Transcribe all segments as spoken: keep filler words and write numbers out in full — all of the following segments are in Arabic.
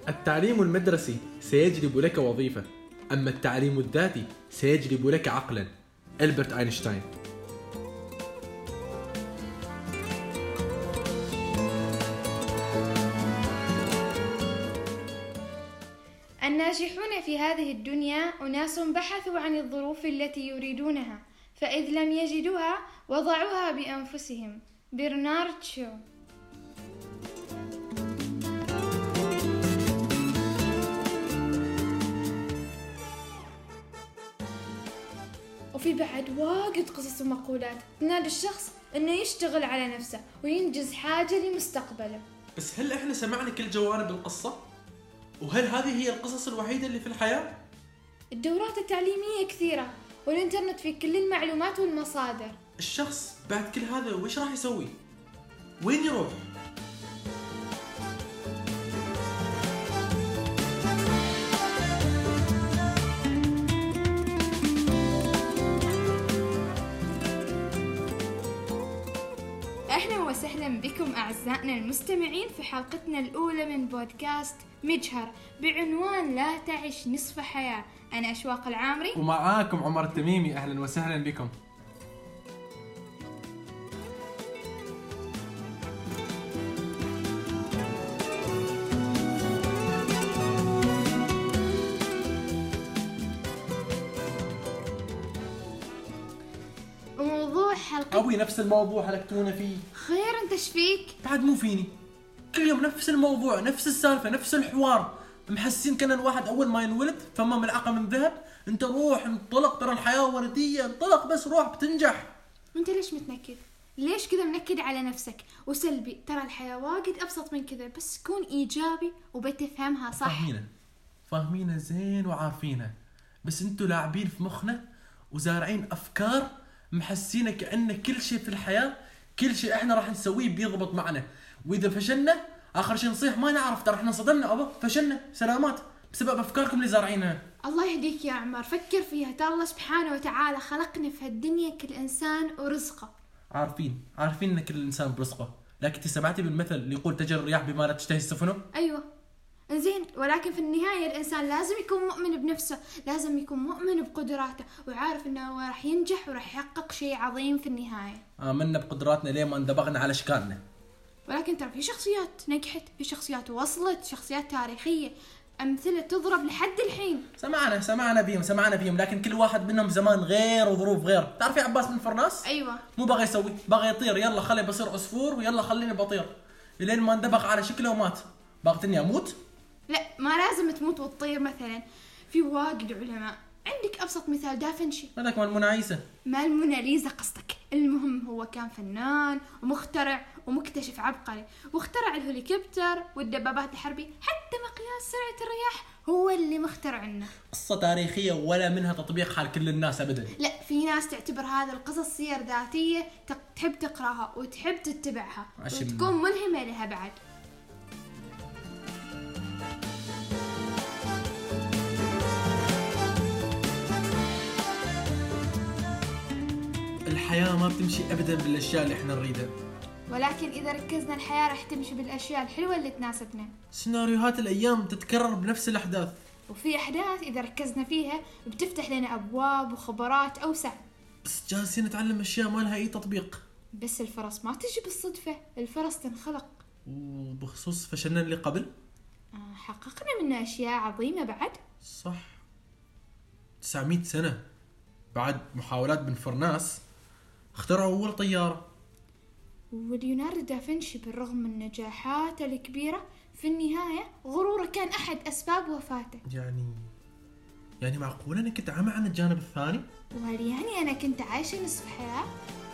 التعليم المدرسي سيجلب لك وظيفة، أما التعليم الذاتي سيجلب لك عقلا. ألبرت أينشتاين. الناجحون في هذه الدنيا أناس بحثوا عن الظروف التي يريدونها، فإذ لم يجدوها وضعوها بأنفسهم. برنارد شو. وفي بعد واجد قصص ومقولات تنادي الشخص انه يشتغل على نفسه وينجز حاجة لمستقبله. بس هل احنا سمعنا كل جوانب القصة؟ وهل هذه هي القصص الوحيدة اللي في الحياة؟ الدورات التعليمية كثيرة، والإنترنت فيه كل المعلومات والمصادر. الشخص بعد كل هذا وإيش راح يسوي؟ وين يروح؟ أهلا وسهلا بكم أعزائنا المستمعين في حلقتنا الأولى من بودكاست مجهر بعنوان لا تعش نصف حياة. أنا أشواق العامري ومعاكم عمر التميمي. أهلا وسهلا بكم. وموضوع حلقة أبوي نفس الموضوع حلقتونا فيه. خير، أنت شفيك؟ بعد مو فيني، كل يوم نفس الموضوع، نفس السالفة، نفس الحوار. محسين كان الواحد أول ما ينولد فما ملعقة من ذهب، أنت روح انطلق، ترى الحياة وردية، انطلق بس روح بتنجح. وأنت ليش متنكد؟ ليش كذا منكد على نفسك وسلبي؟ ترى الحياة واجد أبسط من كذا، بس كون إيجابي وبتفهمها صح. فاهمينها فاهمينها زين وعارفينها، بس انتوا لاعبين في مخنا وزارعين أفكار محسينه كأن كل شيء في الحياة، كل شيء احنا راح نسويه بيضبط معنا، وإذا فشلنا آخر شيء نصيح ما نعرف ترى احنا صدمنا أبا فشلنا سلامات بسبب أفكاركم اللي زارعينها. الله يهديك يا عمر، فكر فيها. ترى الله سبحانه وتعالى خلقنا في هالدنيا كل إنسان ورزقه. عارفين عارفين ان كل انسان برزقه، لكن انت سمعتي بالمثل اللي يقول تجري الرياح بما لا تشتهي السفن؟ أيوة زين، ولكن في النهاية الإنسان لازم يكون مؤمن بنفسه، لازم يكون مؤمن بقدراته وعارف إنه راح ينجح وراح يحقق شيء عظيم في النهاية. آمنا بقدراتنا ليه ما اندبغنا على أشكالنا. ولكن ترى في شخصيات نجحت، في شخصيات وصلت، شخصيات تاريخية أمثلة تضرب لحد الحين. سمعنا سمعنا بيهم سمعنا بيهم لكن كل واحد منهم زمان غير وظروف غير. تعرفي عباس بن فرناس؟ أيوة. مو بغى يسوي، بغى يطير، يلا خلي بصير عصفور ويلا خليني بطير، لين ما اندبغ على شكله ومات. بغت اني اموت؟ لا، ما لازم تموت وتطير. مثلا في واجد علماء، عندك أبسط مثال دافنشي. ماذاك مال منايسة؟ ما الموناليزا قصدك؟ المهم هو كان فنان ومخترع ومكتشف عبقري، واخترع الهليكوبتر والدبابات الحربية، حتى مقياس سرعة الرياح هو اللي مخترع لنا. قصة تاريخية ولا منها تطبيق حال كل الناس أبدا. لا، في ناس تعتبر هذا القصص سير ذاتية، تحب تقراها وتحب تتبعها وتكون ملهمة لها بعد. الحياة ما بتمشي أبدا بالأشياء اللي احنا نريدها، ولكن إذا ركزنا الحياة رح تمشي بالأشياء الحلوة اللي تناسبنا. سيناريوهات الأيام تتكرر بنفس الأحداث، وفي أحداث إذا ركزنا فيها بتفتح لنا أبواب وخبرات أوسع. بس جالسين نتعلم أشياء ما لها أي تطبيق. بس الفرص ما تجي بالصدفة، الفرص تنخلق. وبخصوص فشلنا اللي قبل، آه حققنا منه أشياء عظيمة بعد. صح، تسعمية سنة بعد محاولات بن فرناس اخترعوا أول طيارة. وليوناردو دافنشي بالرغم من نجاحاته الكبيرة في النهاية غروره كان أحد أسباب وفاته. يعني يعني معقولة أنا كنت عامة عن الجانب الثاني؟ وهل يعني أنا كنت عايشة نصف حياة؟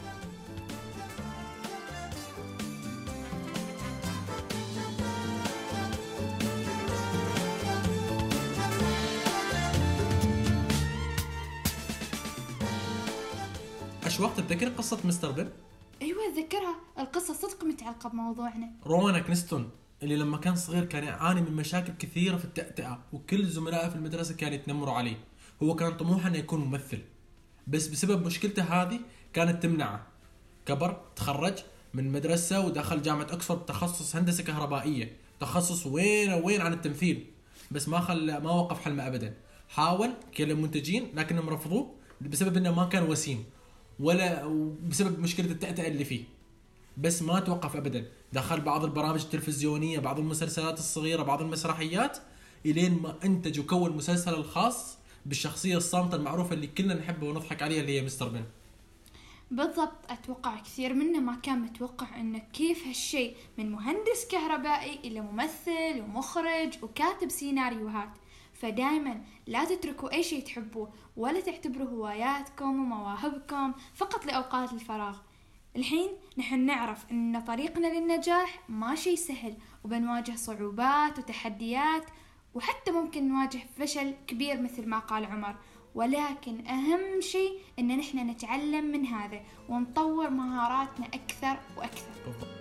أشواق تتذكر قصة مستر بن؟ أيوة أتذكرها، القصة صدق متعلقة بموضوعنا. رونا كنستون اللي لما كان صغير كان يعاني من مشاكل كثيرة في التأتئة، وكل زملائه في المدرسة كانوا يتنمروا عليه. هو كان طموحه أنه يكون ممثل، بس بسبب مشكلته هذه كانت تمنعه. كبر، تخرج من مدرسة ودخل جامعة أكسفورد بتخصص هندسة كهربائية، تخصص وين وين عن التمثيل، بس ما خل ما وقف حلمه ابدا. حاول كلم منتجين لكنهم رفضوه بسبب انه ما كان وسيم، ولا بسبب مشكله التأتأة اللي فيه. بس ما توقف ابدا، دخل بعض البرامج التلفزيونيه، بعض المسلسلات الصغيره، بعض المسرحيات، الين ما انتج وكون مسلسل الخاص بالشخصيه الصامته المعروفه اللي كلنا نحبه ونضحك عليها، اللي هي مستر بن. بالضبط. أتوقع كثير منا ما كان متوقع إنه كيف هالشيء من مهندس كهربائي إلى ممثل ومخرج وكاتب سيناريوهات. فدائما لا تتركوا أي شيء تحبوه، ولا تعتبروا هواياتكم ومواهبكم فقط لأوقات الفراغ. الحين نحن نعرف إن طريقنا للنجاح ما شيء سهل، وبنواجه صعوبات وتحديات، وحتى ممكن نواجه فشل كبير مثل ما قال عمر، ولكن أهم شيء إن نحن نتعلم من هذا ونطور مهاراتنا أكثر وأكثر.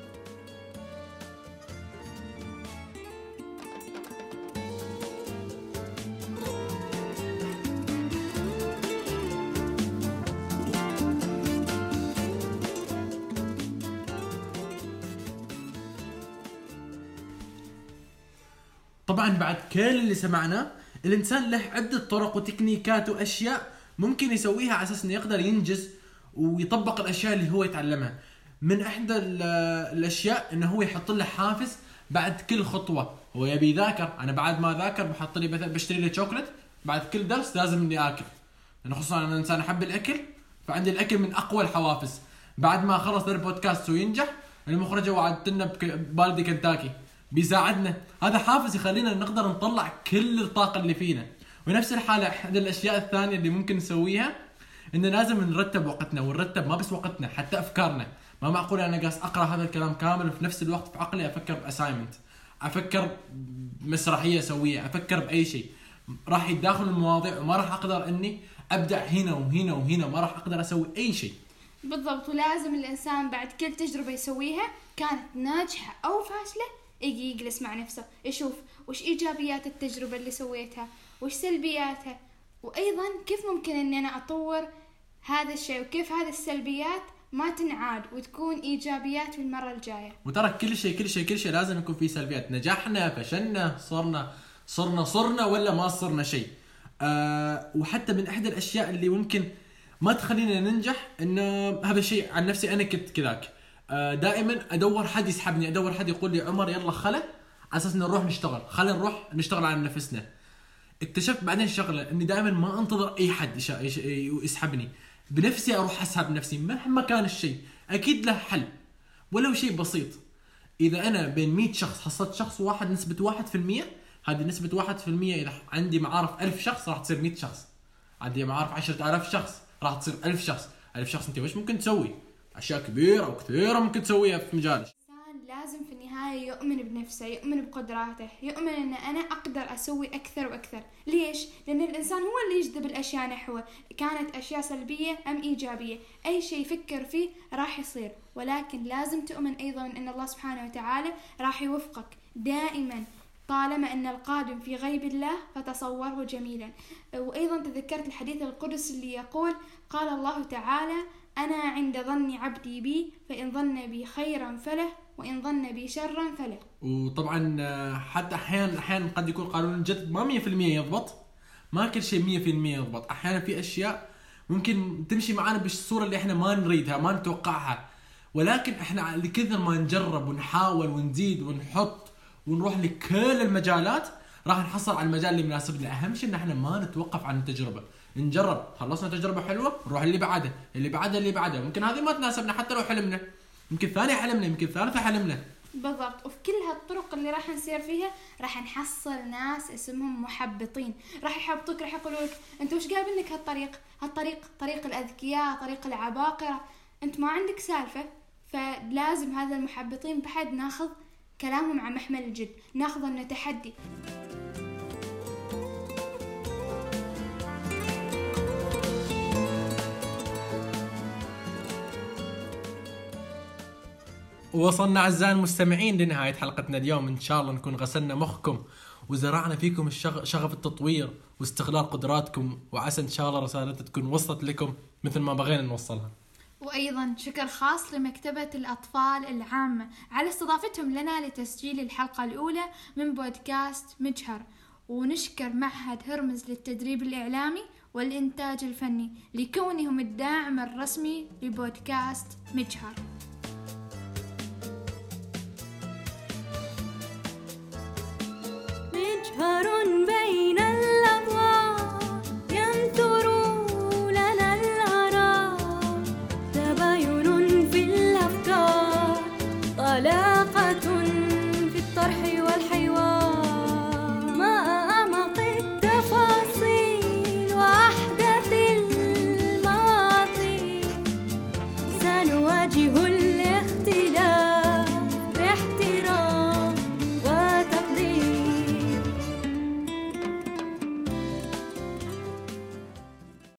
طبعا بعد كل اللي سمعناه، الانسان له عده طرق وتكنيكات واشياء ممكن يسويها على اساس انه يقدر ينجز ويطبق الاشياء اللي هو يتعلمها. من احدى الاشياء انه هو يحط له حافز بعد كل خطوه. هو يبي يذاكر، انا بعد ما ذاكر بحط لي مثلا بشتري لي شوكولات بعد كل درس، لازم اني اكل، لانه خصوصا انا انسان احب الاكل، فعندي الاكل من اقوى الحوافز. بعد ما خلص البودكاست وينجح، المخرجه وعدت لنا ببالدي كنتاكي بيساعدنا، هذا حافز يخلينا نقدر نطلع كل الطاقه اللي فينا. ونفس الحاله احد الاشياء الثانيه اللي ممكن نسويها ان لازم نرتب وقتنا، ونرتب ما بس وقتنا حتى افكارنا. ما معقول انا قاعد اقرا هذا الكلام كامل وفي نفس الوقت في عقلي افكر باساينمنت، افكر بمسرحيه اسويها، افكر باي شيء راح يتداخل المواضيع، وما راح اقدر اني ابدع هنا وهنا وهنا، ما راح اقدر اسوي اي شيء. بالضبط. ولازم الانسان بعد كل تجربه يسويها كانت ناجحه او فاشله يجي يجلس مع نفسه يشوف وش ايجابيات التجربه اللي سويتها وش سلبياتها، وايضا كيف ممكن اني انا اطور هذا الشيء، وكيف هذه السلبيات ما تنعاد وتكون ايجابيات في المره الجايه. وترى كل شيء كل شيء كل شيء لازم يكون فيه سلبيات، نجحنا فشلنا صرنا صرنا صرنا ولا ما صرنا شيء. أه وحتى من احدى الاشياء اللي ممكن ما تخلينا ننجح انه هذا الشيء عن نفسي انا كنت كذاك، أه دائما ادور حد يسحبني، ادور حد يقول لي عمر يلا خله على اساس نروح نشتغل، خلينا نروح نشتغل على نفسنا. اكتشفت بعدين شغله اني دائما ما انتظر اي حد يسحبني، بنفسي اروح اسحب نفسي مهما كان الشيء، اكيد له حل ولو شيء بسيط. اذا انا بين مئة شخص حصلت شخص واحد نسبه واحد في المئة، هذه نسبه واحد في المئة اذا عندي معارف ألف شخص راح تصير مئة شخص، عندي معارف عشرة آلاف شخص راح تصير ألف شخص. ألف شخص انت وش ممكن تسوي؟ اشياء كبيره وكثيره ممكن تسويها في مجالك. لازم في النهاية يؤمن بنفسه، يؤمن بقدراته، يؤمن أن أنا أقدر أسوي أكثر وأكثر. ليش؟ لأن الإنسان هو اللي يجذب الأشياء نحوه، كانت أشياء سلبية أم إيجابية، أي شيء يفكر فيه راح يصير. ولكن لازم تؤمن أيضا أن الله سبحانه وتعالى راح يوفقك دائما، طالما أن القادم في غيب الله فتصوره جميلا. وأيضا تذكرت الحديث القدس اللي يقول قال الله تعالى أنا عند ظن عبدي بي فإن ظن بي خيرا فله وإن ظن بي شرا فله. وطبعا حتى أحيانا أحيانا قد يكون قانون الجذب ما مية في المية يضبط، ما كل شيء مية في المية يضبط. أحيانا في أشياء ممكن تمشي معنا بالصورة اللي إحنا ما نريدها ما نتوقعها، ولكن إحنا لكثر ما نجرب ونحاول ونزيد ونحط ونروح لكل المجالات راح نحصل على المجال اللي مناسبنا. أهم شيء إن إحنا ما نتوقف عن التجربة، نجرب، خلصنا تجربة حلوة نروح اللي بعده اللي بعده اللي بعده. ممكن هذه ما تناسبنا حتى لو حلمنا، يمكن ثاني حلمنا، يمكن ثالثة حلمنا. بالضبط. وفي كل هالطرق اللي راح نسير فيها راح نحصل ناس اسمهم محبطين، راح يحبطوك، راح يقولوا لك انت وش قال منك هالطريق، هالطريق طريق الاذكياء، طريق العباقرة، انت ما عندك سالفة. فلازم هذا المحبطين بحد ناخذ كلامهم عن محمل الجد، ناخذ انه تحدي. ووصلنا أعزائي المستمعين لنهاية حلقتنا اليوم. إن شاء الله نكون غسلنا مخكم وزرعنا فيكم الشغ... شغف التطوير واستغلال قدراتكم، وعسى إن شاء الله رسالتنا تكون وصلت لكم مثل ما بغينا نوصلها. وأيضا شكر خاص لمكتبة الأطفال العامة على استضافتهم لنا لتسجيل الحلقة الأولى من بودكاست مجهر، ونشكر معهد هرمز للتدريب الإعلامي والإنتاج الفني لكونهم الداعم الرسمي لبودكاست مجهر. مجهر